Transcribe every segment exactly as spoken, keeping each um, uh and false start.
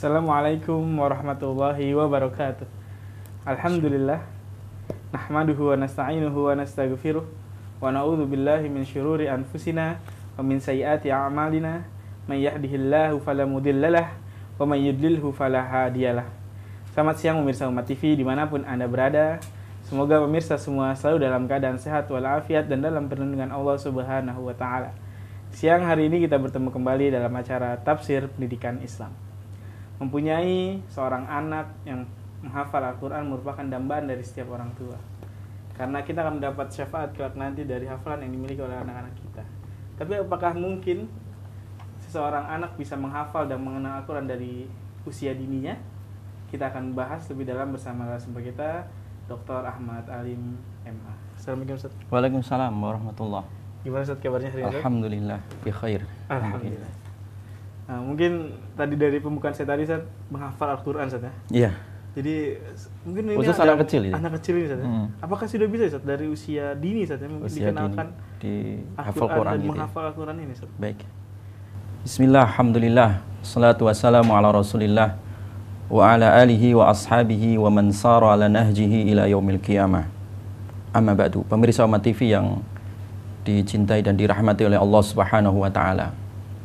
Assalamualaikum warahmatullahi wabarakatuh. Alhamdulillah. Nahmaduhu wa nasta'inuhu wa nastaghfiruh. Wa na'udzu billahi min syururi anfusina wa min sayyiati a'malina. May yahdihillahu fala mudhillalah wa may yudlilhu fala hadiyalah. Selamat siang pemirsa Umat T V dimanapun Anda berada. Semoga pemirsa semua selalu dalam keadaan sehat walafiat dan dalam perlindungan Allah Subhanahu wa taala. Siang hari ini kita bertemu kembali dalam acara Tafsir Pendidikan Islam. Mempunyai seorang anak yang menghafal Al-Quran merupakan dambaan dari setiap orang tua. Karena kita akan mendapat syafaat kelak nanti dari hafalan yang dimiliki oleh anak-anak kita. Tapi apakah mungkin seseorang anak bisa menghafal dan mengenal Al-Quran dari usia dininya? Kita akan bahas lebih dalam bersama narasumber kita, Doktor Ahmad Alim M A. Assalamualaikum Ustaz. Waalaikumsalam warahmatullahi. Gimana Ustaz kabarnya hari ini? Alhamdulillah, bi khair. Alhamdulillah. Nah, mungkin tadi dari pembukaan saya tadi Ustaz menghafal Al-Quran Ustaz ya? Iya. Jadi mungkin ini khusus ada, anak kecil ini. Anak kecil ini Ustaz ya? Hmm. Apakah sudah bisa Ustaz dari usia dini Ustaz ya? Mungkin Usia dikenalkan dini, di hafal Al-Quran Quran dan gitu. menghafal Al-Quran ini Ustaz. Baik. Bismillah, alhamdulillah, salatu wassalamu ala rasulillah wa ala alihi wa ashabihi wa man sara ala nahjihi ila yaumil qiyamah. Amma ba'du. Pemirsa Umat T V yang dicintai dan dirahmati oleh Allah Subhanahu wa taala.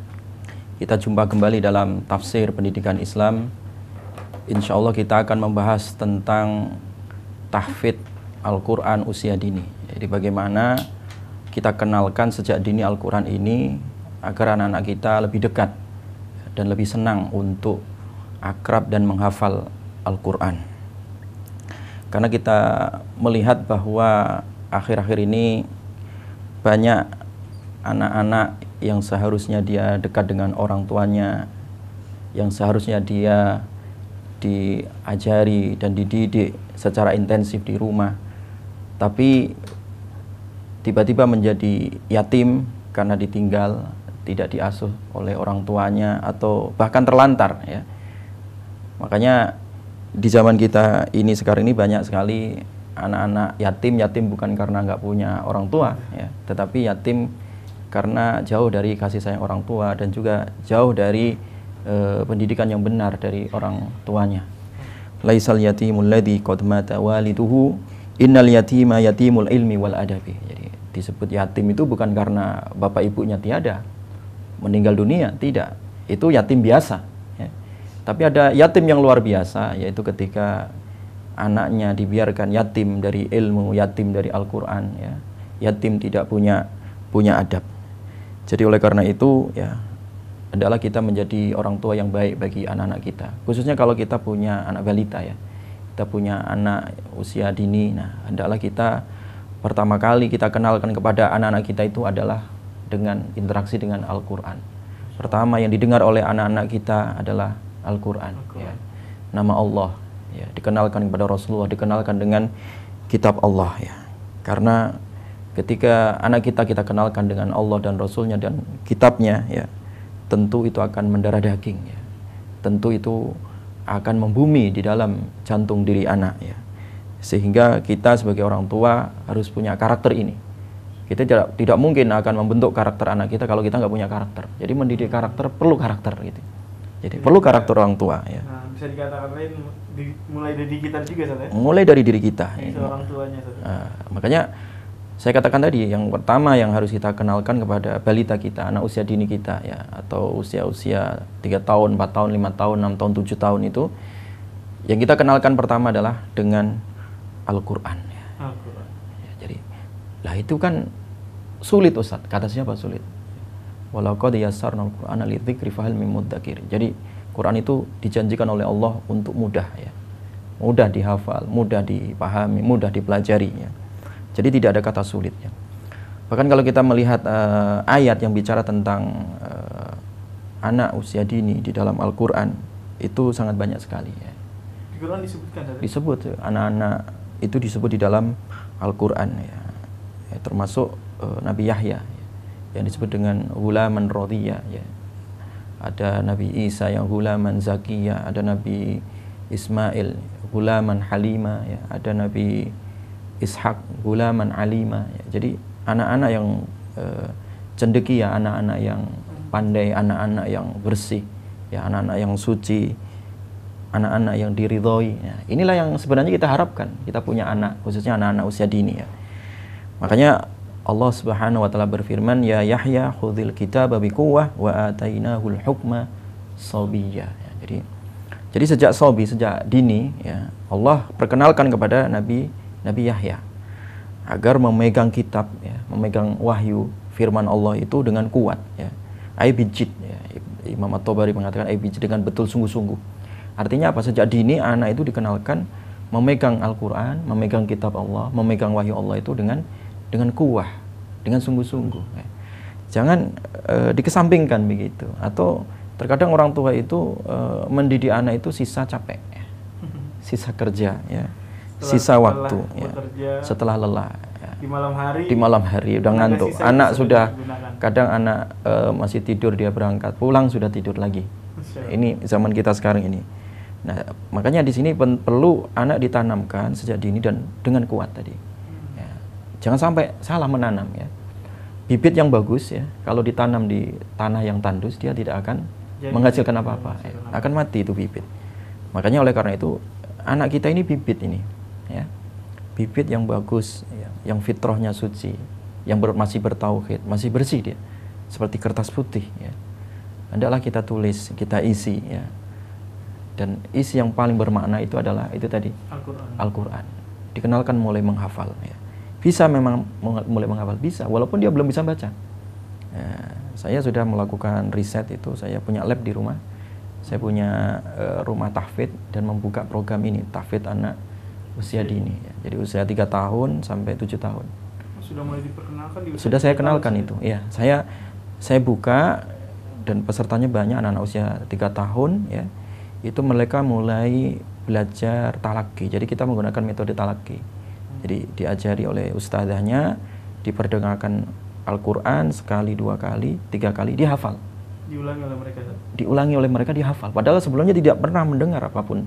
Kita jumpa kembali dalam Tafsir Pendidikan Islam. Insya Allah kita akan membahas tentang tahfidz Al-Quran usia dini. Jadi bagaimana kita kenalkan sejak dini Al-Quran ini agar anak-anak kita lebih dekat dan lebih senang untuk akrab dan menghafal Al-Quran. Karena kita melihat bahwa akhir-akhir ini banyak anak-anak yang seharusnya dia dekat dengan orang tuanya, yang seharusnya dia diajari dan dididik secara intensif di rumah, tapi tiba-tiba menjadi yatim karena ditinggal, tidak diasuh oleh orang tuanya atau bahkan terlantar ya. Makanya di zaman kita ini sekarang ini banyak sekali anak-anak yatim, yatim bukan karena nggak punya orang tua ya, tetapi yatim karena jauh dari kasih sayang orang tua dan juga jauh dari e, pendidikan yang benar dari orang tuanya. Laisal yatimul ladzi qad mata waliduhu innal yatima yatimul ilmi wal adabi. Jadi disebut yatim itu bukan karena bapak ibunya tiada, meninggal dunia, tidak. Itu yatim biasa ya. Tapi ada yatim yang luar biasa, yaitu ketika anaknya dibiarkan yatim dari ilmu, yatim dari Al-Quran ya. Yatim tidak punya punya adab. Jadi oleh karena itu ya adalah kita menjadi orang tua yang baik bagi anak-anak kita. Khususnya kalau kita punya anak balita ya. Kita punya anak usia dini. Nah, adalah kita pertama kali kita kenalkan kepada anak-anak kita itu adalah dengan interaksi dengan Al-Quran. Pertama yang didengar oleh anak-anak kita adalah Al-Quran ya. Nama Allah ya, dikenalkan kepada Rasulullah, dikenalkan dengan kitab Allah ya. Karena ketika anak kita kita kenalkan dengan Allah dan Rasulnya dan kitabnya ya, tentu itu akan mendarah daging ya. Tentu itu akan membumi di dalam jantung diri anak ya. Sehingga kita sebagai orang tua harus punya karakter ini. Kita tidak tidak mungkin akan membentuk karakter anak kita kalau kita nggak punya karakter. Jadi mendidik karakter perlu karakter gitu. Jadi, Jadi perlu karakter orang tua ya. Nah, bisa dikatakan lain di, mulai dari kita juga Ustaz ya. Mulai dari diri kita. Ini ya. orang tuanya Ustaz. Nah, makanya saya katakan tadi yang pertama yang harus kita kenalkan kepada balita kita, anak usia dini kita ya, atau usia-usia tiga tahun, empat tahun, lima tahun, enam tahun, tujuh tahun itu yang kita kenalkan pertama adalah dengan Al-Quran ya. Al-Quran. Ya, jadi lah itu kan sulit Ustaz. Kata siapa sulit? Walaqad yassarnal Qur'ana lidzikri fahal mim mudzakir. Jadi Quran itu dijanjikan oleh Allah untuk mudah ya. Mudah dihafal, mudah dipahami, mudah dipelajari ya. Jadi tidak ada kata sulit ya. Bahkan kalau kita melihat uh, ayat yang bicara tentang uh, anak usia dini di dalam Al-Quran itu sangat banyak sekali ya. Di Quran disebutkan Ustaz? Disebut anak-anak itu disebut di dalam Al-Quran ya. Ya, termasuk uh, Nabi Yahya ya, yang disebut dengan Ghulaman Radhiya ya. Ada Nabi Isa yang Ghulaman Zakiyya, ada Nabi Ismail Ghulaman Halima ya, ada Nabi Ishak Ghulaman Alima ya. Jadi anak-anak yang uh, cendekia, anak-anak yang pandai, anak-anak yang bersih ya, anak-anak yang suci anak-anak yang diridhoi. Ya, inilah yang sebenarnya kita harapkan. Kita punya anak, khususnya anak-anak usia dini ya. Makanya Allah Subhanahu wa taala berfirman, "Ya Yahya, khudhil kitaba biquwwah wa atainahul hukma sabiyya." Ya, jadi jadi sejak sobi, sejak dini ya, Allah perkenalkan kepada Nabi Nabi Yahya agar memegang kitab ya, memegang wahyu firman Allah itu dengan kuat ya. Ai bijid ya. Imam At-Tabari mengatakan ai bijid, dengan betul sungguh-sungguh. Artinya apa? Sejak dini anak itu dikenalkan memegang Al-Qur'an, memegang kitab Allah, memegang wahyu Allah itu dengan dengan kuah, dengan sungguh-sungguh. Ya. Jangan e, dikesampingkan begitu. Atau terkadang orang tua itu e, mendidik anak itu sisa capek, ya. Sisa kerja, ya. Setelah, sisa setelah waktu, ya. Setelah lelah. Ya. Di malam hari. Di malam hari udah ngantuk. Anak sudah kadang anak e, masih tidur, dia berangkat, pulang sudah tidur lagi. Ini zaman kita sekarang ini. Nah, makanya di sini perlu anak ditanamkan sejak dini dan dengan kuat tadi. Ya. Jangan sampai salah menanam ya. Bibit yang bagus ya, kalau ditanam di tanah yang tandus dia tidak akan Jadi, menghasilkan apa-apa. Ya. Akan mati itu bibit. Makanya oleh karena itu anak kita ini bibit ini, ya. Bibit yang bagus, ya. Yang fitrahnya suci, yang ber, masih bertauhid, masih bersih dia, seperti kertas putih. Ya. Hendaklah kita tulis, kita isi, ya. Dan isi yang paling bermakna itu adalah itu tadi Al-Quran. Al-Quran. Dikenalkan mulai menghafal. Ya. Bisa memang mulai menghafal, bisa, walaupun dia belum bisa baca. Ya, saya sudah melakukan riset itu, saya punya lab di rumah, saya punya uh, rumah tahfidz dan membuka program ini, tahfidz anak usia dini. Ya. Jadi usia tiga tahun sampai tujuh tahun. Sudah mulai diperkenalkan di usia Sudah saya kenalkan itu, ya. Saya saya buka dan pesertanya banyak, anak-anak usia tiga tahun, ya. Itu mereka mulai belajar talaki. Jadi kita menggunakan metode talaki. Jadi diajari oleh ustadzahnya, diperdengarkan Al-Quran sekali, dua kali, tiga kali, dihafal. Diulangi oleh mereka. Diulangi oleh mereka, dihafal. Padahal sebelumnya tidak pernah mendengar apapun.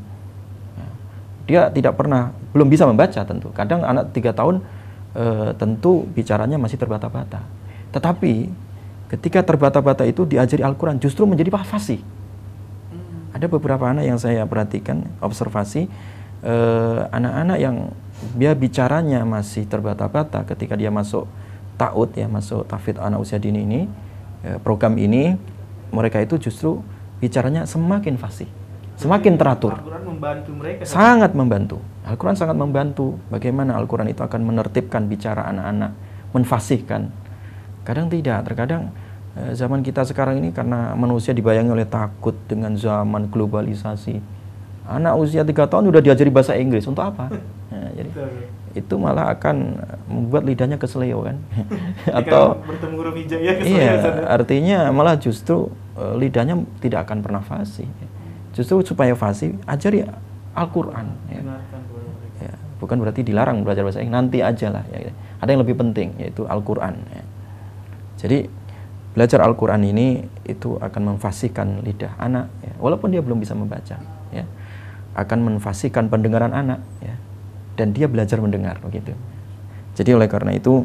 Dia tidak pernah, belum bisa membaca tentu. Kadang anak tiga tahun e, tentu bicaranya masih terbata-bata. Tetapi ketika terbata-bata itu diajari Al-Quran justru menjadi fasih. Ada beberapa anak yang saya perhatikan, observasi, eh, anak-anak yang dia bicaranya masih terbata-bata ketika dia masuk ta'ud, ya, masuk tahfidz anak usia dini ini, eh, program ini, mereka itu justru bicaranya semakin fasih, semakin teratur. Al-Quran membantu mereka. Sangat membantu. Al-Quran sangat membantu. Bagaimana Al-Quran itu akan menertibkan bicara anak-anak, menfasihkan. Kadang tidak, terkadang zaman kita sekarang ini karena manusia dibayangi oleh takut dengan zaman globalisasi. Anak usia tiga tahun sudah diajari bahasa Inggris, untuk apa? Nah, jadi itu malah akan membuat lidahnya keseleo kan? Atau bertemu huruf hijaiyah keseleo. Iya, artinya malah justru uh, lidahnya tidak akan pernah fasih. Justru supaya fasih, ajari Al-Quran. Ya. Ya, bukan berarti dilarang belajar bahasa Inggris, nanti aja lah. Ya. Ada yang lebih penting, yaitu Al-Quran. Ya. Jadi belajar Al-Quran ini itu akan memfasihkan lidah anak, ya, walaupun dia belum bisa membaca, ya, akan memfasihkan pendengaran anak, ya, dan dia belajar mendengar begitu. Jadi oleh karena itu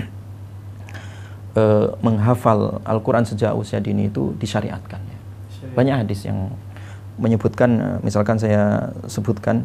eh, menghafal Al-Quran sejak usia dini itu disyariatkan. Ya. Banyak hadis yang menyebutkan, misalkan saya sebutkan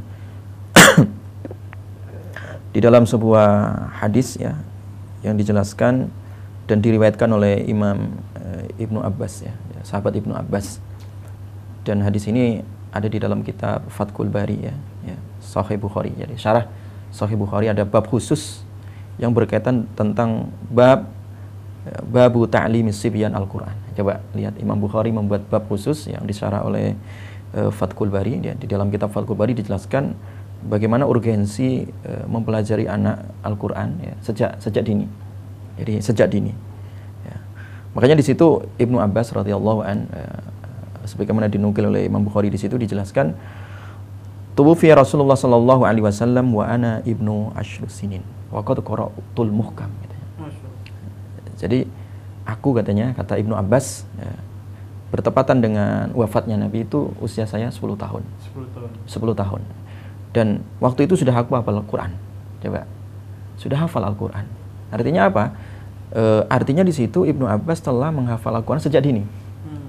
di dalam sebuah hadis, ya, yang dijelaskan dan diriwayatkan oleh Imam uh, Ibnu Abbas, ya, sahabat Ibnu Abbas. Dan hadis ini ada di dalam kitab Fathul Bari, ya, ya, Sahih Bukhari. Jadi syarah Sahih Bukhari ada bab khusus yang berkaitan tentang bab ya, babu ta'limis sibyan Al-Quran. Coba lihat, Imam Bukhari membuat bab khusus yang disyarah oleh uh, Fathul Bari. Ya, di dalam kitab Fathul Bari dijelaskan bagaimana urgensi uh, mempelajari anak Al-Quran, ya, sejak sejak dini. Jadi sejak dini. Ya. Makanya di situ Ibnu Abbas radhiyallahu an, uh, sebagaimana dinukil oleh Imam Bukhari, di situ dijelaskan, tuwfiya Rasulullah sallallahu alaihi wasallam wa ana ibnu ashrus sinin wa qad qara'tul muhkam. Jadi aku, katanya, kata Ibnu Abbas, ya, bertepatan dengan wafatnya Nabi itu usia saya sepuluh tahun. sepuluh tahun. sepuluh tahun. Dan waktu itu sudah aku hafal Al-Quran. Coba. Sudah hafal Al-Quran. Artinya apa? E, artinya di situ Ibnu Abbas telah menghafal Al-Quran sejak dini. Hmm.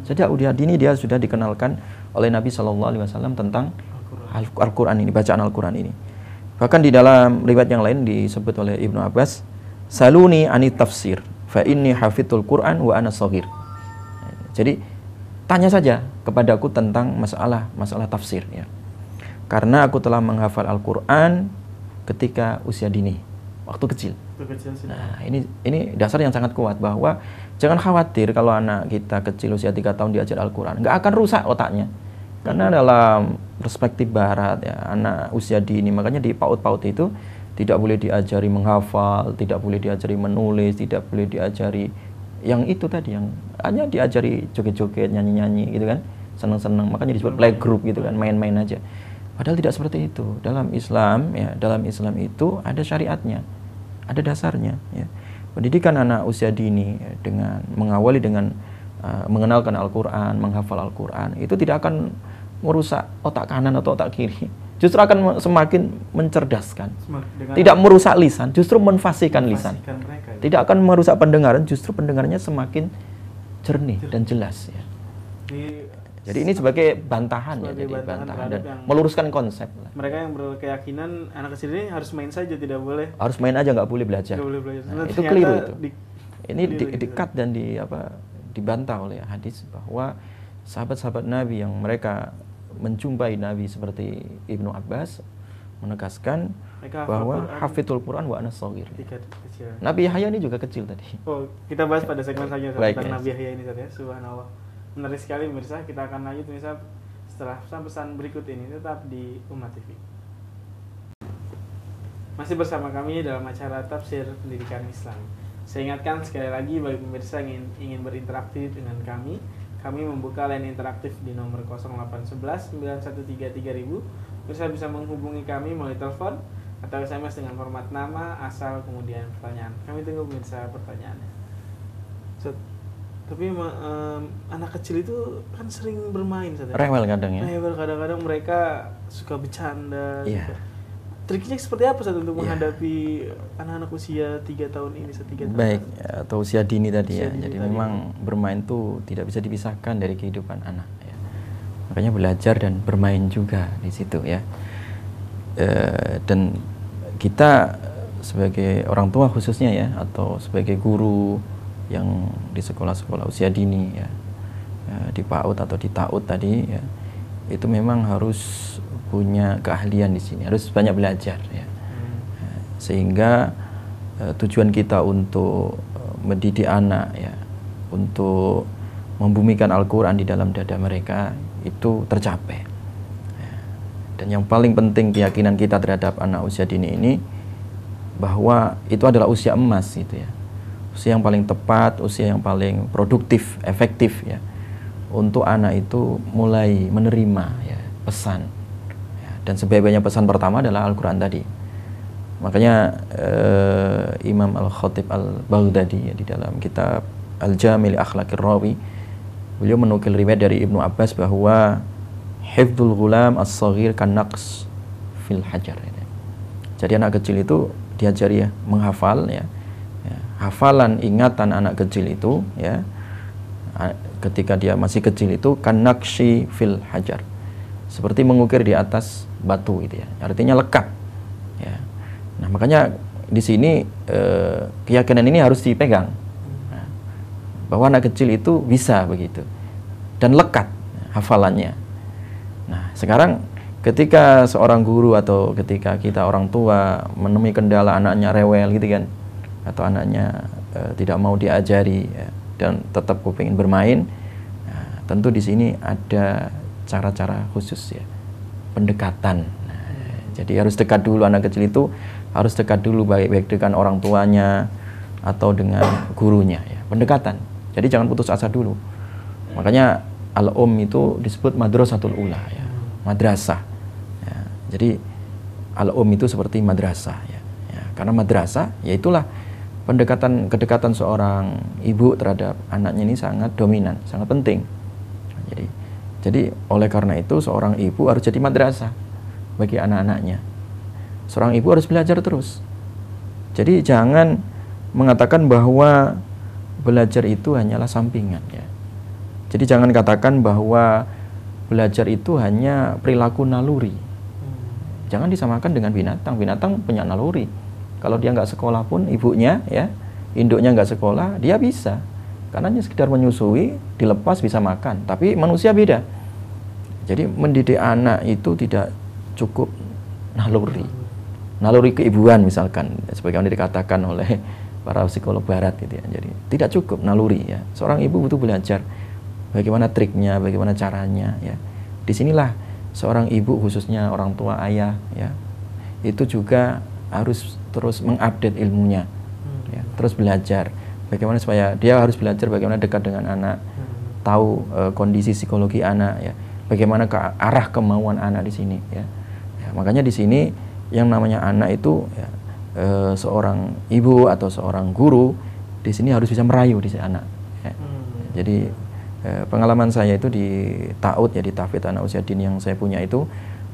Sejak usia dini dia sudah dikenalkan oleh Nabi Shallallahu Alaihi Wasallam tentang Al-Quran ini, bacaan Al-Quran ini. Bahkan di dalam riwayat yang lain disebut oleh Ibnu Abbas, saluni anit tafsir, fa inni hafidhul Quran wa ana shaghir. Jadi tanya saja kepadaku tentang masalah masalah tafsir ya. Karena aku telah menghafal Al-Quran ketika usia dini, waktu kecil. Nah, ini ini dasar yang sangat kuat bahwa jangan khawatir kalau anak kita kecil usia tiga tahun diajar Al-Quran, nggak akan rusak otaknya. Karena dalam perspektif Barat ya, anak usia dini, makanya di PAUD-PAUD itu tidak boleh diajari menghafal, tidak boleh diajari menulis, tidak boleh diajari yang itu tadi, yang hanya diajari joget-joget, nyanyi-nyanyi gitu kan, seneng-seneng, makanya disebut playgroup gitu kan, main-main aja. Padahal tidak seperti itu. Dalam Islam ya, dalam Islam itu ada syariatnya, ada dasarnya ya. Pendidikan anak usia dini ya, dengan mengawali dengan uh, mengenalkan Al-Quran, menghafal Al-Quran, itu tidak akan merusak otak kanan atau otak kiri, justru akan semakin mencerdaskan. Tidak merusak lisan, justru menfasihkan lisan. Mereka, ya. Tidak akan merusak pendengaran, justru pendengarannya semakin jernih dan jelas ya. Di, jadi ini sebagai bantahan sebagai ya, jadi bantahan, bantahan dan meluruskan konsep. Mereka yang berkeyakinan anak kecil ini harus main saja, tidak boleh. Harus main aja, nggak boleh belajar. Nggak boleh belajar. Nah, itu keliru itu. Di, ini di, di-cut dan di apa dibantah oleh hadis bahwa sahabat-sahabat Nabi yang mereka menjumpai Nabi seperti Ibnu Abbas menegaskan mereka bahwa hafidhul Quran wa ana shaghir. Nabi Yahya ini juga kecil tadi. Oh, kita bahas pada segmen selanjutnya tentang ya. Nabi Yahya ini saja. Subhanallah. Menarik sekali pemirsa, kita akan lanjut pemirsa setelah pesan berikut ini, tetap di Ummah T V. Masih bersama kami dalam acara Tafsir Pendidikan Islam. Saya ingatkan sekali lagi bagi pemirsa yang ingin, ingin berinteraksi dengan kami, kami membuka line interaktif di nomor nol delapan satu satu sembilan satu tiga tiga nol nol nol. Pemirsa bisa menghubungi kami melalui telepon atau S M S dengan format nama, asal, kemudian pertanyaan. Kami tunggu pemirsa pertanyaannya. So, tapi um, anak kecil itu kan sering bermain, Ustaz. Rewel kadang ya. Rewel kadang-kadang mereka suka bercanda. Yeah. Suka. Triknya seperti apa, Ustaz, untuk yeah. menghadapi anak-anak usia tiga tahun ini, tiga tahun? Baik, atau usia dini tadi usia ya. Dini Jadi tadi. Memang bermain tuh tidak bisa dipisahkan dari kehidupan anak ya. Makanya belajar dan bermain juga di situ ya. E, dan kita sebagai orang tua khususnya ya, atau sebagai guru yang di sekolah-sekolah usia dini ya, ya di PAUD atau di TAUD tadi ya, itu memang harus punya keahlian di sini, harus banyak belajar ya, hmm. sehingga uh, tujuan kita untuk uh, mendidik anak ya, untuk membumikan Al-Quran di dalam dada mereka itu tercapai ya. Dan yang paling penting keyakinan kita terhadap anak usia dini ini bahwa itu adalah usia emas gitu ya, usia yang paling tepat, usia yang paling produktif, efektif ya, untuk anak itu mulai menerima ya pesan ya. Dan sebaik-baiknya pesan pertama adalah Al-Quran tadi. Makanya eh, Imam Al-Khatib Al-Baghdadi ya, di dalam kitab Al-Jami' li Akhlaqir Rawi, beliau menukil riwayat dari Ibnu Abbas bahwa hifdzul ghulam as-shaghir kan-naqs fil hajar ya. Jadi anak kecil itu diajari ya menghafal ya. Hafalan ingatan anak kecil itu ya, ketika dia masih kecil itu kan naqshi fil hajar, seperti mengukir di atas batu itu ya, artinya lekat ya. Nah makanya di sini eh, keyakinan ini harus dipegang nah, bahwa anak kecil itu bisa begitu dan lekat hafalannya. Nah sekarang ketika seorang guru atau ketika kita orang tua menemui kendala anaknya rewel gitu kan, atau anaknya e, tidak mau diajari ya, dan tetap kepingin bermain, nah, tentu di sini ada cara-cara khusus ya, pendekatan. Nah, jadi harus dekat dulu, anak kecil itu harus dekat dulu, baik-baik dengan orang tuanya atau dengan gurunya ya, pendekatan. Jadi jangan putus asa dulu. Makanya al-um itu disebut madrasatul ula ya, madrasah. Ya, jadi al-um itu seperti madrasah ya, ya karena madrasah ya itulah pendekatan, kedekatan seorang ibu terhadap anaknya ini sangat dominan, sangat penting. Jadi, jadi oleh karena itu seorang ibu harus jadi madrasah bagi anak-anaknya. Seorang ibu harus belajar terus. Jadi jangan mengatakan bahwa belajar itu hanyalah sampingan ya. Jadi jangan katakan bahwa belajar itu hanya perilaku naluri. Jangan disamakan dengan binatang. Binatang punya naluri. Kalau dia nggak sekolah pun ibunya, ya, induknya nggak sekolah, dia bisa. Karena hanya sekedar menyusui, dilepas bisa makan. Tapi manusia beda. Jadi mendidik anak itu tidak cukup naluri. Naluri keibuan misalkan, sebagaimana dikatakan oleh para psikolog barat gitu ya. Jadi tidak cukup naluri ya. Seorang ibu butuh belajar bagaimana triknya, bagaimana caranya ya. Disinilah seorang ibu, khususnya orang tua ayah ya, itu juga harus terus mengupdate ilmunya ya, terus belajar bagaimana supaya dia harus belajar bagaimana dekat dengan anak, tahu uh, kondisi psikologi anak ya, bagaimana ke arah kemauan anak di sini ya. Ya, makanya di sini yang namanya anak itu ya, uh, seorang ibu atau seorang guru di sini harus bisa merayu di si anak ya. Jadi eh, pengalaman saya itu di Ta'ud ya, di Tahfidz anak usia dini yang saya punya itu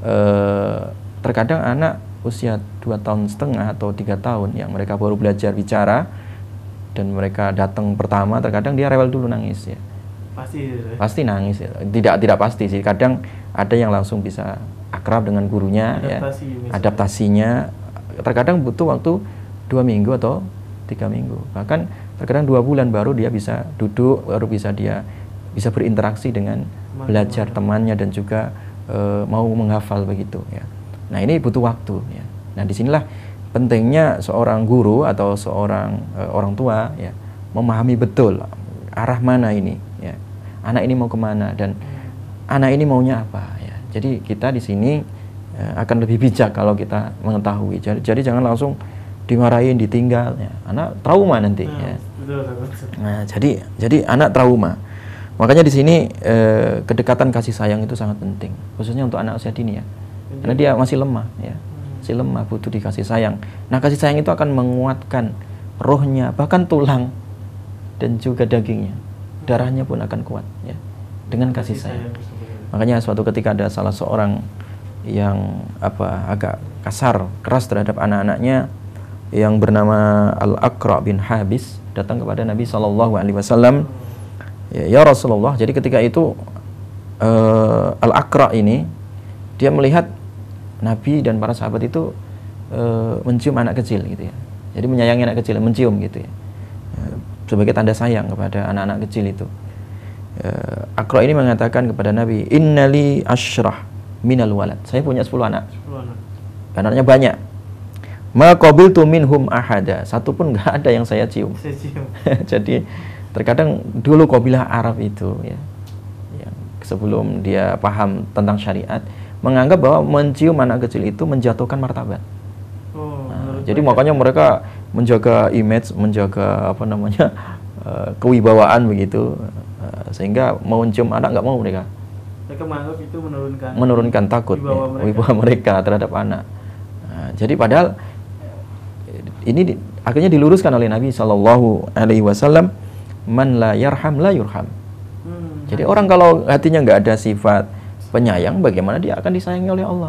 eh, terkadang anak usia dua tahun setengah atau tiga tahun yang mereka baru belajar bicara dan mereka datang pertama, terkadang dia rewel dulu, nangis ya. Pasti ya? Pasti nangis ya. Tidak tidak pasti sih. Kadang ada yang langsung bisa akrab dengan gurunya. Adaptasi, ya. Adaptasinya terkadang butuh waktu dua minggu atau tiga minggu. Bahkan terkadang dua bulan baru dia bisa duduk, baru bisa dia bisa berinteraksi dengan teman, belajar teman. temannya dan juga e, mau menghafal begitu ya. Nah ini butuh waktu ya. Nah disinilah pentingnya seorang guru atau seorang e, orang tua ya memahami betul arah mana ini ya. Anak ini mau kemana dan hmm. anak ini maunya apa ya. Jadi kita di sini e, akan lebih bijak kalau kita mengetahui. Jadi, jadi jangan langsung dimarahin, ditinggal ya. Anak trauma nanti nah, ya. Betul, betul. Nah jadi jadi anak trauma. Makanya di sini eh, kedekatan kasih sayang itu sangat penting, khususnya untuk anak usia dini ya, karena dia masih lemah ya, masih lemah, butuh dikasih sayang. Nah kasih sayang itu akan menguatkan rohnya, bahkan tulang dan juga dagingnya, darahnya pun akan kuat ya dengan kasih sayang. Makanya suatu ketika ada salah seorang yang apa agak kasar, keras terhadap anak-anaknya yang bernama Al-Aqra bin Habis datang kepada Nabi shallallahu alaihi wasallam. Ya, ya Rasulullah, jadi ketika itu uh, Al-Aqra ini dia melihat Nabi dan para sahabat itu uh, mencium anak kecil gitu ya. Jadi menyayangi anak kecil, mencium gitu ya. Uh, sebagai tanda sayang kepada anak-anak kecil itu. Uh, Aqra ini mengatakan kepada Nabi, "Innali asyrah minal walad." Saya punya sepuluh anak. sepuluh anak. Anaknya banyak. Ma qabiltu minhum ahada. Satu pun enggak ada yang saya cium. Saya cium. Jadi terkadang dulu kabilah Arab itu ya, yang sebelum dia paham tentang syariat, menganggap bahwa mencium anak kecil itu menjatuhkan martabat. Oh, nah, jadi mereka. Makanya mereka menjaga image, menjaga apa namanya uh, kewibawaan begitu, uh, sehingga mau mencium anak nggak mau mereka. Mereka menganggap itu menurunkan menurunkan takut wibawa, ya, mereka. wibawa mereka terhadap anak. Nah, jadi padahal ini di, akhirnya diluruskan oleh Nabi Shallallahu Alaihi Wasallam. Man la yarham la yurham. Hmm, Jadi orang kalau hatinya nggak ada sifat penyayang, bagaimana dia akan disayangi oleh Allah?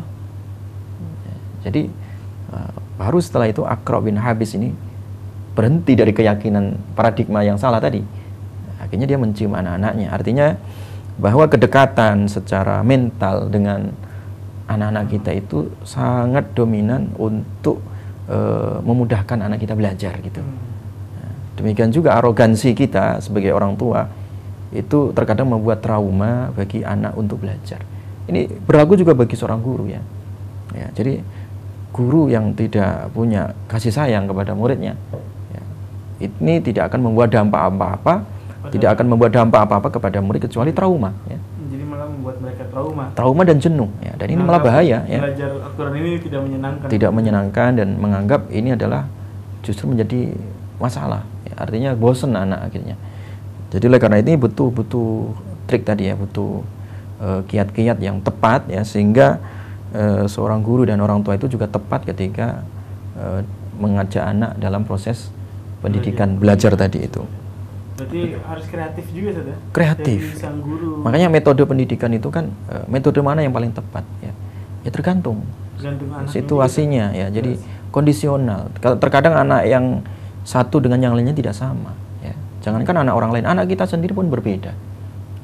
Jadi uh, baru setelah itu Aqra bin Habis ini berhenti dari keyakinan paradigma yang salah tadi. Akhirnya dia mencium anak-anaknya. Artinya bahwa kedekatan secara mental dengan anak-anak kita itu sangat dominan untuk uh, memudahkan anak kita belajar gitu. Hmm. Demikian juga arogansi kita sebagai orang tua itu terkadang membuat trauma bagi anak untuk belajar. Ini berlaku juga bagi seorang guru ya. Ya, jadi guru yang tidak punya kasih sayang kepada muridnya, ya, ini tidak akan membuat dampak apa-apa, tidak akan membuat dampak apa-apa kepada murid kecuali trauma. Ya. Jadi malah membuat mereka trauma. Trauma dan jenuh. Ya, dan ini malah bahaya. Ya. Belajar Al-Quran ini tidak menyenangkan. Tidak menyenangkan dan menganggap ini adalah justru menjadi masalah. Ya, artinya bosan anak akhirnya. Jadi oleh karena ini butuh butuh trik tadi ya, butuh uh, kiat-kiat yang tepat ya, sehingga uh, seorang guru dan orang tua itu juga tepat ketika uh, mengajak anak dalam proses pendidikan belajar, belajar tadi itu. Berarti harus kreatif juga saja. Kreatif. Sang guru. Makanya metode pendidikan itu kan uh, metode mana yang paling tepat ya? Ya tergantung, tergantung situasinya ya. Jadi yes. kondisional. Kalau terkadang anak yang satu dengan yang lainnya tidak sama ya. Jangankan anak orang lain, anak kita sendiri pun berbeda.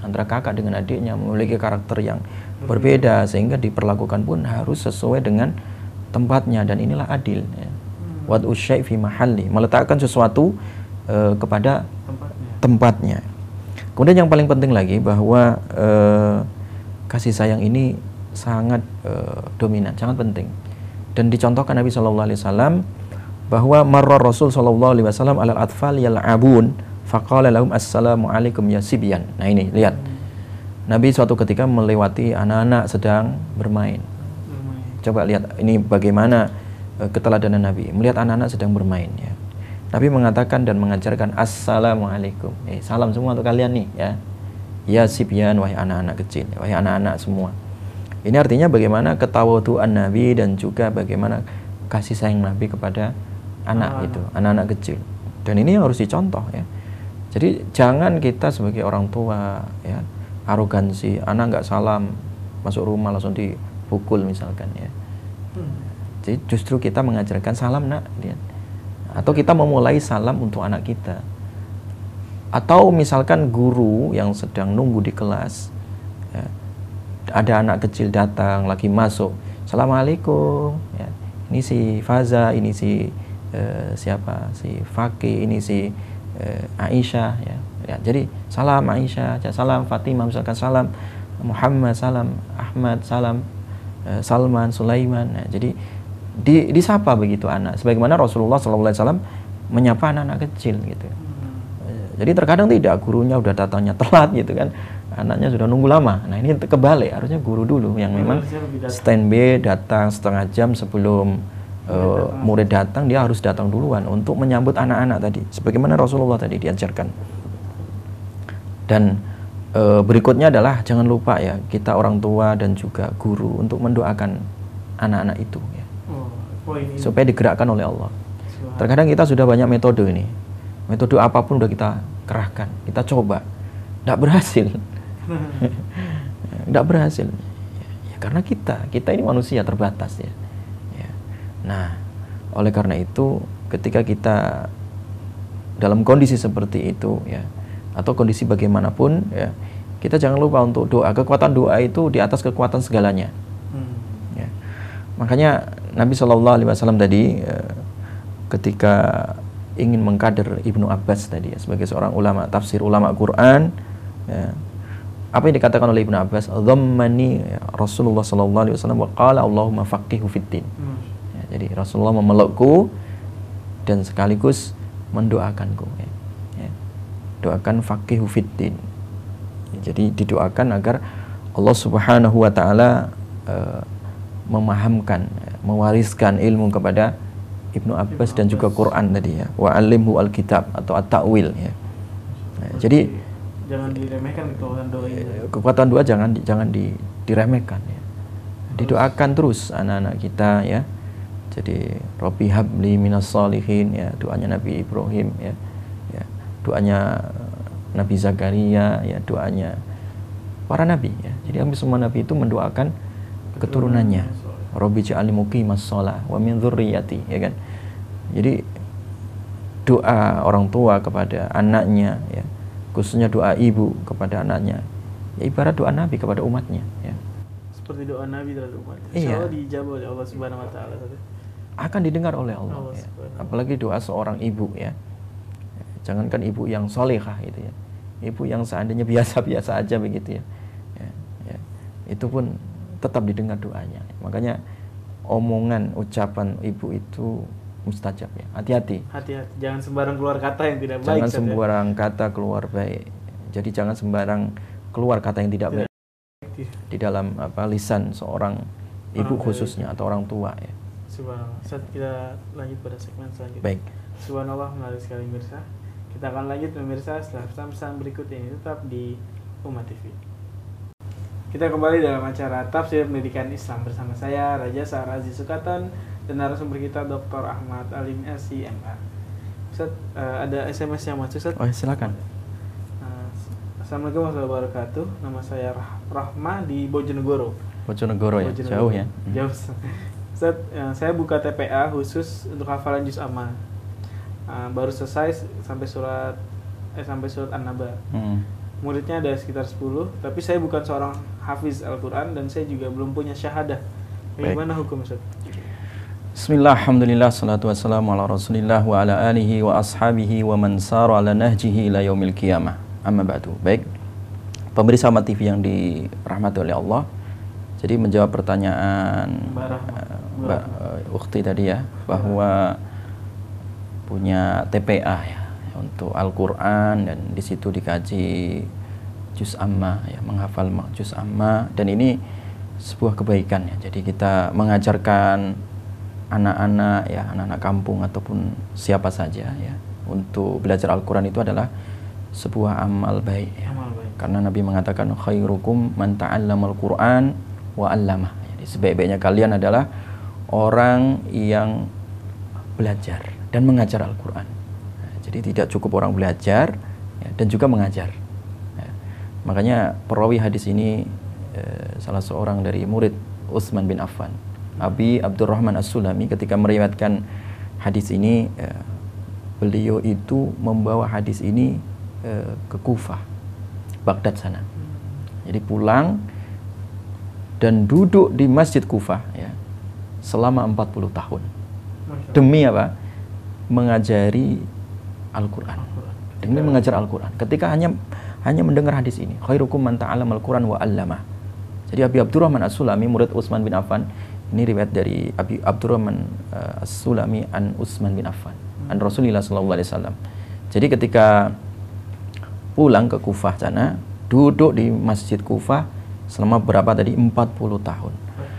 antara kakak dengan adiknya memiliki karakter yang berbeda, sehingga diperlakukan pun harus sesuai dengan tempatnya, dan inilah adil ya. Wad'u syai' fi mahalli, meletakkan sesuatu uh, kepada tempatnya. tempatnya. Kemudian yang paling penting lagi bahwa uh, kasih sayang ini sangat uh, dominan, sangat penting. Dan dicontohkan Nabi shallallahu alaihi wasallam bahwa marra Rasul shallallahu alaihi wasallam alal atfal yal'abun faqala lahum assalamu alaikum ya sibyan. Nah ini lihat, Nabi suatu ketika melewati anak-anak sedang bermain. Coba lihat ini bagaimana uh, keteladanan Nabi melihat anak-anak sedang bermain ya. Nabi mengatakan dan mengajarkan assalamualaikum, eh, salam semua untuk kalian nih ya, ya sibyan, wahai anak-anak kecil, wahai anak-anak semua. Ini artinya bagaimana ketawadhuan Nabi dan juga bagaimana kasih sayang Nabi kepada anak ah. itu, anak-anak kecil. Dan ini yang harus dicontoh ya. Jadi jangan kita sebagai orang tua ya arogansi, anak nggak salam masuk rumah langsung dipukul misalkan ya. Jadi justru kita mengajarkan salam nak, lihat. Atau kita memulai salam untuk anak kita. Atau misalkan guru yang sedang nunggu di kelas ya, ada anak kecil datang lagi masuk, assalamualaikum ya. Ini si Faza, ini si uh, siapa si Fakih, ini si uh, Aisyah ya. Ya jadi salam Aisyah, salam Fatimah, misalkan salam Muhammad, salam Ahmad, salam uh, Salman, Sulaiman. Nah, jadi di, disapa begitu anak, sebagaimana Rasulullah shallallahu alaihi wasallam menyapa anak-anak kecil gitu. Hmm. Jadi terkadang tidak, gurunya udah datangnya telat gitu kan, anaknya sudah nunggu lama. Nah ini kebalik, harusnya guru dulu yang memang standby datang setengah jam sebelum uh, murid datang, dia harus datang duluan untuk menyambut anak-anak tadi, sebagaimana Rasulullah tadi diajarkan. Dan uh, berikutnya adalah jangan lupa ya, kita orang tua dan juga guru untuk mendoakan anak-anak itu ya, oh, ini supaya digerakkan oleh Allah. Terkadang kita sudah banyak metode ini, metode apapun udah kita kerahkan, kita coba, tidak berhasil. Tidak berhasil ya, karena kita kita ini manusia terbatas ya. Ya. Nah, oleh karena itu ketika kita dalam kondisi seperti itu ya, atau kondisi bagaimanapun ya, kita jangan lupa untuk doa. Kekuatan doa itu di atas kekuatan segalanya. Hmm. Ya. Makanya Nabi shallallahu alaihi wasallam tadi ya, ketika ingin mengkader Ibnu Abbas tadi ya, sebagai seorang ulama tafsir, ulama Quran ya, apa yang dikatakan oleh Ibnu Abbas, dhammani ya, Rasulullah sallallahu alaihi wasallam wa qala Allahumma faqihhu fiddin. Hmm. Ya, jadi Rasulullah memelukku dan sekaligus mendoakanku ya. Ya. Doakan faqihhu fiddin. Ya, jadi didoakan agar Allah Subhanahu wa taala uh, memahamkan, ya, mewariskan ilmu kepada Ibnu Abbas Ibnu dan Abbas. Juga Quran tadi ya. Wa 'allimhu al-kitab atau at-ta'wil ya. Nah, jadi jangan diremehkan kekuatan doa ini. Kekuatan doa jangan jangan di, diremehkan ya. Didoakan terus anak-anak kita ya. Jadi Rabbi habli minas sholihin ya, doanya Nabi Ibrahim ya. Ya, doanya Nabi Zakaria ya, doanya para nabi ya. Jadi hampir semua nabi itu mendoakan keturunannya. Rabbi ja'alni muqimas shalah wa min dzurriyyati ya kan. Jadi doa orang tua kepada anaknya ya, khususnya doa ibu kepada anaknya ya, ibarat doa Nabi kepada umatnya ya. Seperti doa Nabi terhadap umatnya. Iya. Insyaallah dijawab oleh Allah Subhanahu wa taala. Akan didengar oleh Allah, Allah ya. Apalagi doa seorang ibu ya. Jangankan ibu yang solehah gitu ya. Ibu yang seandainya biasa-biasa aja begitu ya. Ya, ya. Itu pun tetap didengar doanya. Makanya omongan ucapan ibu itu mustajab ya. Hati-hati. Hati-hati. Jangan sembarang keluar kata yang tidak baik. Jangan sembarang ya. kata keluar baik. Jadi jangan sembarang keluar kata yang tidak, tidak baik di dalam apa lisan seorang ibu orang khususnya baik. Atau orang tua ya. Subhanallah. Saat kita lanjut pada segmen selanjutnya. Baik. Subhanallah, menarik sekali pemirsa. Kita akan lanjut pemirsa setelah pesan-pesan berikut ini, tetap di Ummah T V. Kita kembali dalam acara Tafsir Pendidikan Islam bersama saya Raja Sa'razi Sukaton dan narasumber kita Doktor Ahmad Alim S C M A. Ustaz, uh, ada S M S yang masuk Ustaz? Oh, silakan. Uh, Assalamualaikum warahmatullahi wabarakatuh. Nama saya Rah- Rahma di Bojonegoro. Bojonegoro ya, Bojonegoro. Jauh ya. Jauh. Ustaz, uh, saya buka T P A khusus untuk hafalan juz amma. Uh, baru selesai sampai surat eh sampai surat An-Naba. Hmm. muridnya ada sekitar sepuluh, tapi saya bukan seorang hafiz Al-Quran dan saya juga belum punya syahadah. Bagaimana hukum Ustaz? Bismillah, alhamdulillah, salatu wassalamu ala rasulillah wa ala alihi wa ashabihi wa man sara ala nahjihi ila yaumil qiyamah. Amma ba'du. Baik, pemirsa Ahmad T V yang dirahmati oleh Allah, jadi menjawab pertanyaan Mbak uh, Ukhti tadi ya, bahwa punya T P A ya untuk Al-Quran dan di situ dikaji juz amma ya, menghafal juz amma, dan ini sebuah kebaikan ya. Jadi kita mengajarkan anak-anak ya, anak-anak kampung ataupun siapa saja ya, untuk belajar Al-Quran itu adalah sebuah amal baik ya. Amal baik. Karena Nabi mengatakan khairukum man ta'allamal Qur'an wa 'allamah. Jadi sebaik-baiknya kalian adalah orang yang belajar dan mengajar Al-Quran. Nah, jadi tidak cukup orang belajar ya, dan juga mengajar ya. Makanya perawi hadis ini eh, salah seorang dari murid Utsman bin Affan, Abi Abdurrahman As-Sulami, ketika meriwayatkan hadis ini eh, beliau itu membawa hadis ini eh, ke Kufah, Baghdad sana. Jadi pulang dan duduk di Masjid Kufah ya, selama empat puluh tahun. Demi apa? Mengajari Al-Quran. Demi mengajar Al-Quran. Ketika hanya hanya mendengar hadis ini, khairukum man ta'allamal Qur'an wa 'allamah. Jadi Abi Abdurrahman As-Sulami, murid Utsman bin Affan, ini riwayat dari Abi Abdurrahman uh, As-Sulami an Utsman bin Affan, an Rasulullah sallallahu alaihi wasallam. Jadi ketika pulang ke Kufah sana, duduk di Masjid Kufah selama berapa tadi? empat puluh tahun.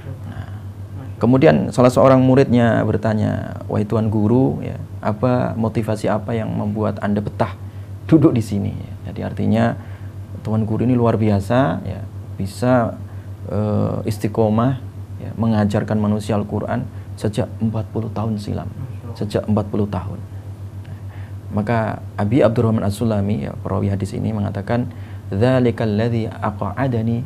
Kemudian salah seorang muridnya bertanya, wahai tuan guru, ya, apa motivasi apa yang membuat Anda betah duduk di sini? Ya, jadi artinya tuan guru ini luar biasa, ya, bisa uh, istiqomah, ya, mengajarkan manusia Al-Quran sejak empat puluh tahun silam, sejak empat puluh tahun. Maka Abi Abdurrahman As-Sulami, ya, perawi hadis ini mengatakan, "Dzalikal ladzi aq'adani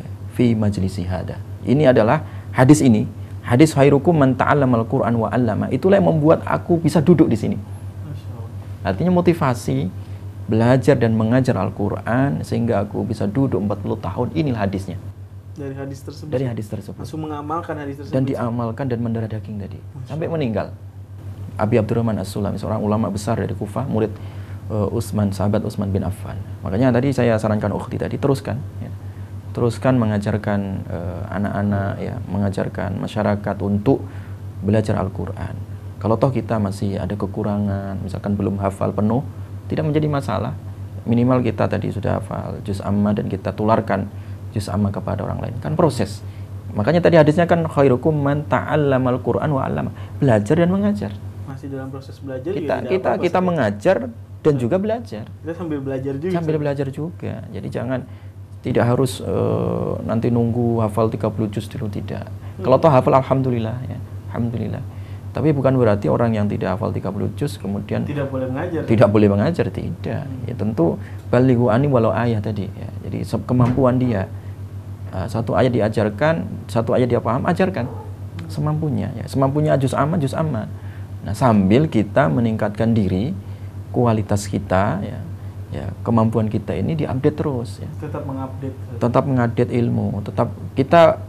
fi majlisi hada." Ini adalah hadis ini. Hadis khairukum man ta'allamal Qur'an wa 'allama, itulah yang membuat aku bisa duduk di sini. Artinya motivasi belajar dan mengajar Al-Quran sehingga aku bisa duduk empat puluh tahun, inilah hadisnya. Dari hadis tersebut. Dari hadis tersebut. Langsung mengamalkan hadis tersebut. Dan diamalkan dan mendarah daging tadi sampai meninggal. Abi Abdurrahman As-Sulami, seorang ulama besar dari Kufah, murid uh, Utsman, sahabat Utsman bin Affan. Makanya tadi saya sarankan ukhti tadi, teruskan ya. Teruskan mengajarkan uh, anak-anak ya, mengajarkan masyarakat untuk belajar Al-Quran. Kalau toh kita masih ada kekurangan, misalkan belum hafal penuh, tidak menjadi masalah. Minimal kita tadi sudah hafal juz amma dan kita tularkan juz amma kepada orang lain. Kan proses. Makanya tadi hadisnya kan khairukum man ta'allamal Qur'an wa 'allama. Belajar dan mengajar. Masih dalam proses belajar. Kita kita kita mengajar dan juga belajar. Kita sambil belajar juga. Sambil belajar juga. Jadi jangan, tidak harus uh, nanti nunggu hafal tiga puluh juz dulu, tidak. Hmm. Kalau toh hafal alhamdulillah ya, alhamdulillah. Tapi bukan berarti orang yang tidak hafal tiga puluh juz kemudian tidak boleh mengajar. Tidak boleh mengajar, tidak. Hmm. Ya tentu balighu ani walau ayah tadi ya. Jadi kemampuan dia. Uh, satu ayat diajarkan, satu ayat dia paham, ajarkan semampunya ya. Semampunya juz amma, juz amma. Nah, sambil kita meningkatkan diri, kualitas kita ya. Ya, kemampuan kita ini diupdate terus ya. Tetap mengupdate. Tetap mengupdate ilmu, tetap kita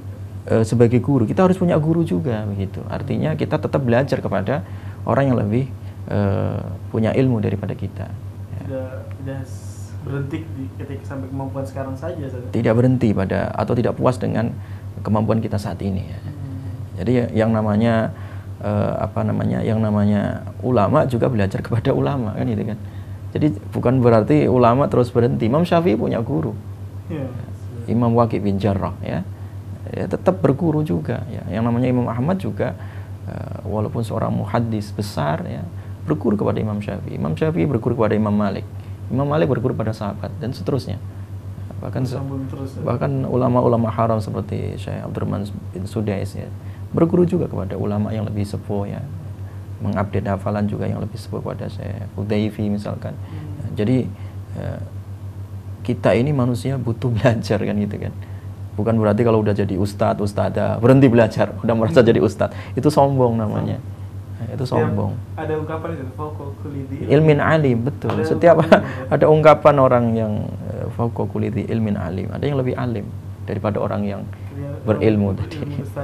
e, sebagai guru, kita harus punya guru juga begitu. Artinya kita tetap belajar kepada orang yang lebih e, punya ilmu daripada kita. Ya. Tidak, tidak berhenti di, ketika sampai kemampuan sekarang saja. Saja. Tidak berhenti pada atau tidak puas dengan kemampuan kita saat ini ya. Hmm. Jadi yang namanya e, apa namanya? Yang namanya ulama juga belajar kepada ulama kan gitu kan. Jadi bukan berarti ulama terus berhenti. Imam Syafi'i punya guru, ya, Imam Waqi' bin Jarrah ya. Ya tetap berguru juga ya. Yang namanya Imam Ahmad juga uh, walaupun seorang muhaddis besar ya, berguru kepada Imam Syafi'i. Imam Syafi'i berguru kepada Imam Malik. Imam Malik berguru pada sahabat dan seterusnya. Bahkan terus, ya. bahkan ulama-ulama haram seperti Syekh Abdurrahman bin Sudais ya, berguru juga kepada ulama yang lebih sepuh ya. Mengupdate hafalan juga yang lebih sepuh pada saya, Hudayfi misalkan. Hmm. Jadi ya, kita ini manusia butuh belajar kan gitu kan. Bukan berarti kalau udah jadi ustadz, ustadzah berhenti belajar, udah merasa hmm. jadi ustadz. Itu sombong namanya. Nah, itu sombong. Ya, ada ungkapan itu, fauqa kulli dhi ilmin alim, betul. Ada Setiap ungkapan, ada ungkapan orang yang fauqa kulli dzi ilmin alim. Ada yang lebih alim daripada orang yang berilmu tadi.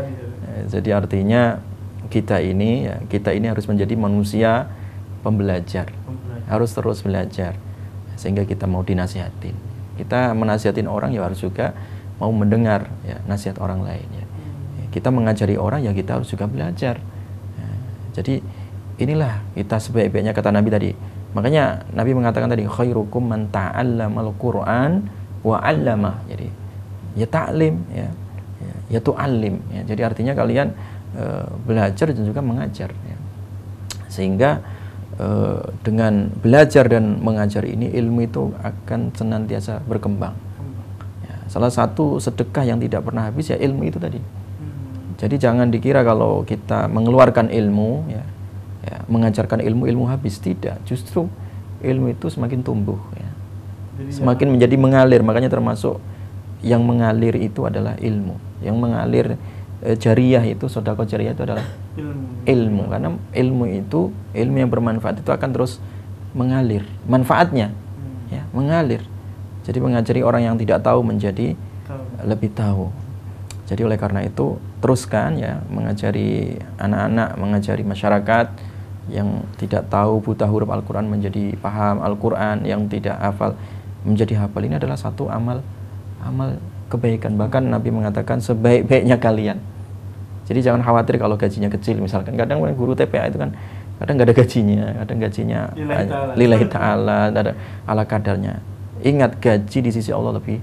Jadi artinya kita ini ya, kita ini harus menjadi manusia pembelajar. Harus terus belajar sehingga kita mau dinasihatin. Kita menasihatin orang ya harus juga mau mendengar ya nasihat orang lain ya. Kita mengajari orang ya kita harus juga belajar. Ya, jadi inilah kita sebaik-baiknya kata Nabi tadi. Makanya Nabi mengatakan tadi khairukum man ta'allamal Qur'an wa 'allama. Jadi ya ta'lim ya. Ya, ya tu'allim ya. Jadi artinya kalian e, belajar dan juga mengajar ya. Sehingga e, dengan belajar dan mengajar ini ilmu itu akan senantiasa berkembang. Ya, salah satu sedekah yang tidak pernah habis ya ilmu itu tadi. Jadi jangan dikira kalau kita mengeluarkan ilmu ya, ya mengajarkan ilmu ilmu habis, tidak. Justru ilmu itu semakin tumbuh ya. Semakin ya, menjadi mengalir. Makanya termasuk yang mengalir itu adalah ilmu. Yang mengalir e, jariah itu, sedekah jariah itu adalah ilmu. ilmu. Karena ilmu itu, ilmu yang bermanfaat itu akan terus mengalir. Manfaatnya hmm. ya, mengalir. Jadi mengajari orang yang tidak tahu menjadi tahu. lebih tahu. Jadi oleh karena itu teruskan ya mengajari anak-anak, mengajari masyarakat yang tidak tahu buta huruf Al-Quran menjadi paham Al-Quran, yang tidak hafal menjadi hafal. Ini adalah satu amal amal kebaikan. Bahkan Nabi mengatakan sebaik-baiknya kalian. Jadi jangan khawatir kalau gajinya kecil misalkan. Kadang guru T P A itu kan kadang nggak ada gajinya, kadang gajinya lillahi ta'ala, ada ala kadarnya. Ingat gaji di sisi Allah lebih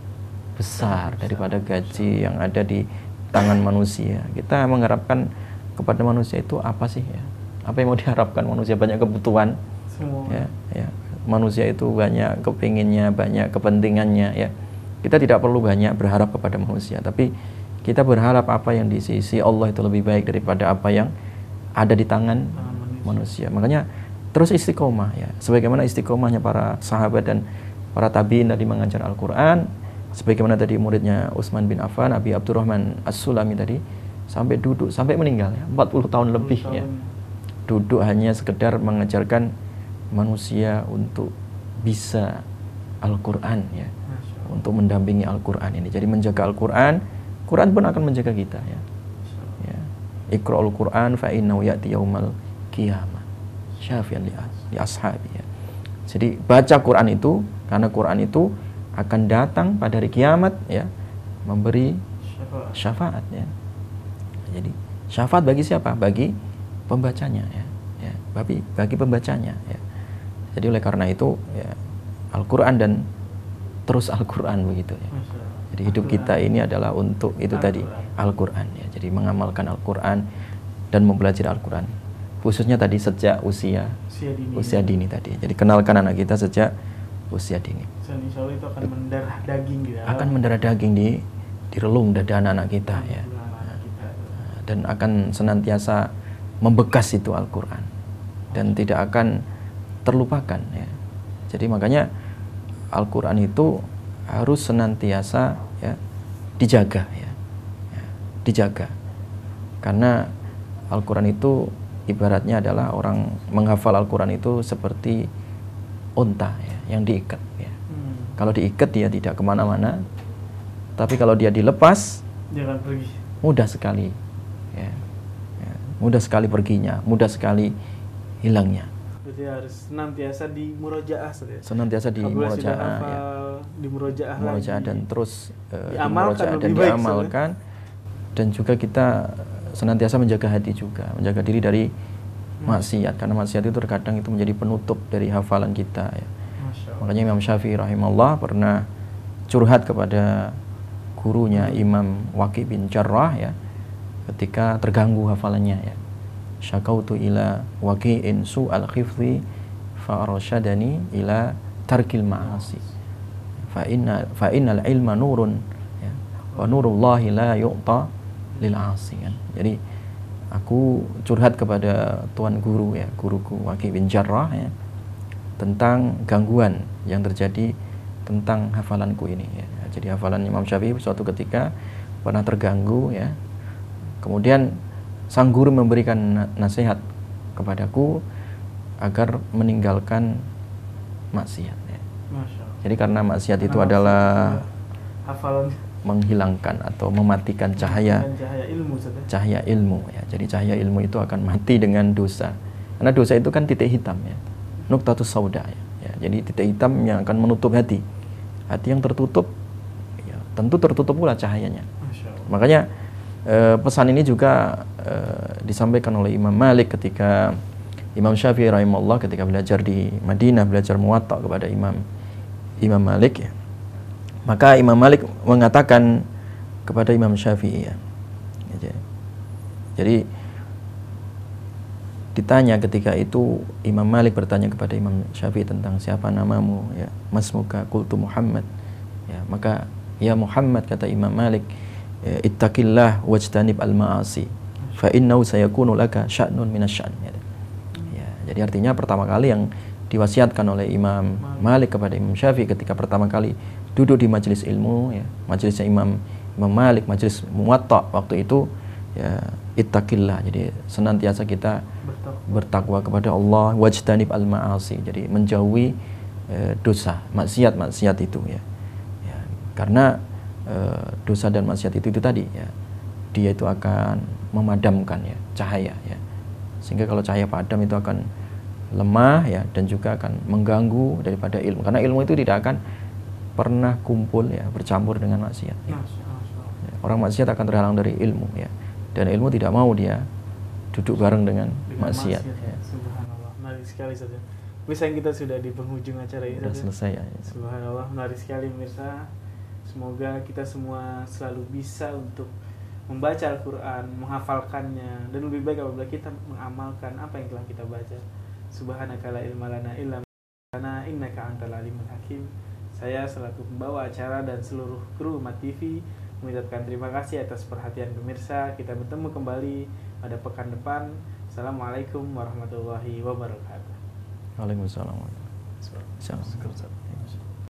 besar daripada gaji yang ada di tangan manusia. Kita mengharapkan kepada manusia itu apa sih ya? Apa yang mau diharapkan manusia? Banyak kebutuhan. Semua. Ya, ya. Manusia itu banyak kepinginnya, banyak kepentingannya ya. Kita tidak perlu banyak berharap kepada manusia, tapi kita berharap apa yang di sisi Allah itu lebih baik daripada apa yang ada di tangan manusia. manusia. Makanya terus istiqomah ya. Sebagaimana istiqomahnya para sahabat dan para tabi'in tadi mengajar Al-Qur'an. Sebagaimana tadi muridnya Utsman bin Affan, Abi Abdurrahman As-Sulami tadi sampai duduk sampai meninggal ya, empat puluh tahun lebih ya. Duduk hanya sekedar mengajarkan manusia untuk bisa Al-Qur'an ya. Untuk mendampingi Al-Qur'an ini. Jadi menjaga Al-Qur'an, Quran pun akan menjaga kita ya. Ya. Iqra'ul Qur'an fa innahu ya'ti yaumal qiyamah syafi'an li ashabi ya. Jadi baca Quran itu karena Quran itu akan datang pada hari kiamat ya, memberi syafaat, syafaat ya. Jadi syafaat bagi siapa? Bagi pembacanya ya, ya bagi bagi pembacanya ya. Jadi oleh karena itu ya, Al-Qur'an dan terus Al-Qur'an begitu ya. Jadi hidup kita ini adalah untuk itu tadi Al-Qur'an ya. Jadi mengamalkan Al-Qur'an dan mempelajari Al-Qur'an. Khususnya tadi sejak usia usia dini, usia dini tadi. Jadi kenalkan anak kita sejak usia dini. Insya Allah itu akan mendarah daging di dalam. Akan mendarah daging di di relung dada anak-anak kita ya. Dan akan senantiasa membekas itu Al-Qur'an dan tidak akan terlupakan ya. Jadi makanya Al-Qur'an itu harus senantiasa ya dijaga ya. ya. Dijaga. Karena Al-Qur'an itu ibaratnya adalah orang menghafal Al-Qur'an itu seperti unta ya, yang diikat ya. Hmm. Kalau diikat dia tidak kemana-mana, tapi kalau dia dilepas dia akan pergi. Mudah sekali ya. Ya, mudah sekali perginya, mudah sekali hilangnya. Jadi harus senantiasa di murojaah ya. Senantiasa di murojaah ya. Di murojaah lagi. Dan terus uh, diamalkan di dan baik, diamalkan soalnya. Dan juga kita senantiasa menjaga hati juga, menjaga diri dari maksiat, karena maksiat itu terkadang itu menjadi penutup dari hafalan kita ya. Makanya Imam Syafi'i rahimahullah pernah curhat kepada gurunya Imam Waqi' bin Jarrah ya, ketika terganggu hafalannya ya. Syakautu ila Waqi'in su'al khifzi fa arsyadani ila tarkil ma'asi. Fa inna fa innal ilma nurun ya, wa nurullahi la yu'ta lil 'asi kan. Jadi aku curhat kepada tuan guru ya, guruku Waqi' bin Jarrah ya, tentang gangguan yang terjadi tentang hafalanku ini ya. Jadi hafalan Imam Syafi'i suatu ketika pernah terganggu ya. Kemudian sang guru memberikan nasihat kepadaku agar meninggalkan maksiat ya. Jadi karena maksiat itu Karena adalah hafalan menghilangkan atau mematikan cahaya dan cahaya ilmu, Ustaz, ya. cahaya ilmu ya. Jadi cahaya ilmu itu akan mati dengan dosa. Karena dosa itu kan titik hitam ya. Nuqtatus sauda ya. Ya, jadi titik hitam yang akan menutup hati. Hati yang tertutup ya, tentu tertutup pula cahayanya. Masya Allah. Makanya eh, pesan ini juga eh, disampaikan oleh Imam Malik ketika Imam Syafi'i rahimahullah ketika belajar di Madinah, belajar Muwatta kepada Imam Imam Malik ya. Maka Imam Malik mengatakan kepada Imam Syafi'i ya. Jadi ditanya ketika itu Imam Malik bertanya kepada Imam Syafi'i tentang siapa namamu ya, masmuka, qultu Muhammad ya. Maka ya Muhammad, kata Imam Malik, ittaqillah wajtanib al-ma'asi fa innahu sayakunu laka sya'nun minasya'n ya. Ya, jadi artinya pertama kali yang diwasiatkan oleh Imam Malik kepada Imam Syafi'i ketika pertama kali duduk di majelis ilmu ya, majelisnya Imam Imam Malik, majelis Muwatta waktu itu ya, ittaqillah, jadi senantiasa kita bertakwa kepada Allah, wajtanib al-ma'asi, jadi menjauhi e, dosa, maksiat-maksiat itu ya. Ya, karena e, dosa dan maksiat itu itu tadi ya, dia itu akan memadamkan ya cahaya ya. Sehingga kalau cahaya padam itu akan lemah ya, dan juga akan mengganggu daripada ilmu, karena ilmu itu tidak akan pernah kumpul ya, bercampur dengan maksiat ya. Ya, orang maksiat akan terhalang dari ilmu ya, dan ilmu tidak mau dia duduk bareng dengan, dengan maksiat, maksiat ya. Subhanallah, menarik sekali saja. Bisa kita sudah di penghujung acara ini sudah selesai ya. Subhanallah, menarik sekali pemirsa. Semoga kita semua selalu bisa untuk membaca Al-Quran, menghafalkannya, dan lebih baik apabila kita mengamalkan apa yang telah kita baca. Subhanaka la ilma lana illa ma 'allamtana innaka antal alimul hakim. Saya selaku pembawa acara dan seluruh kru Umat T V mengucapkan terima kasih atas perhatian pemirsa. Kita bertemu kembali pada pekan depan. Assalamualaikum warahmatullahi wabarakatuh. Waalaikumsalam warahmatullahi wabarakatuh.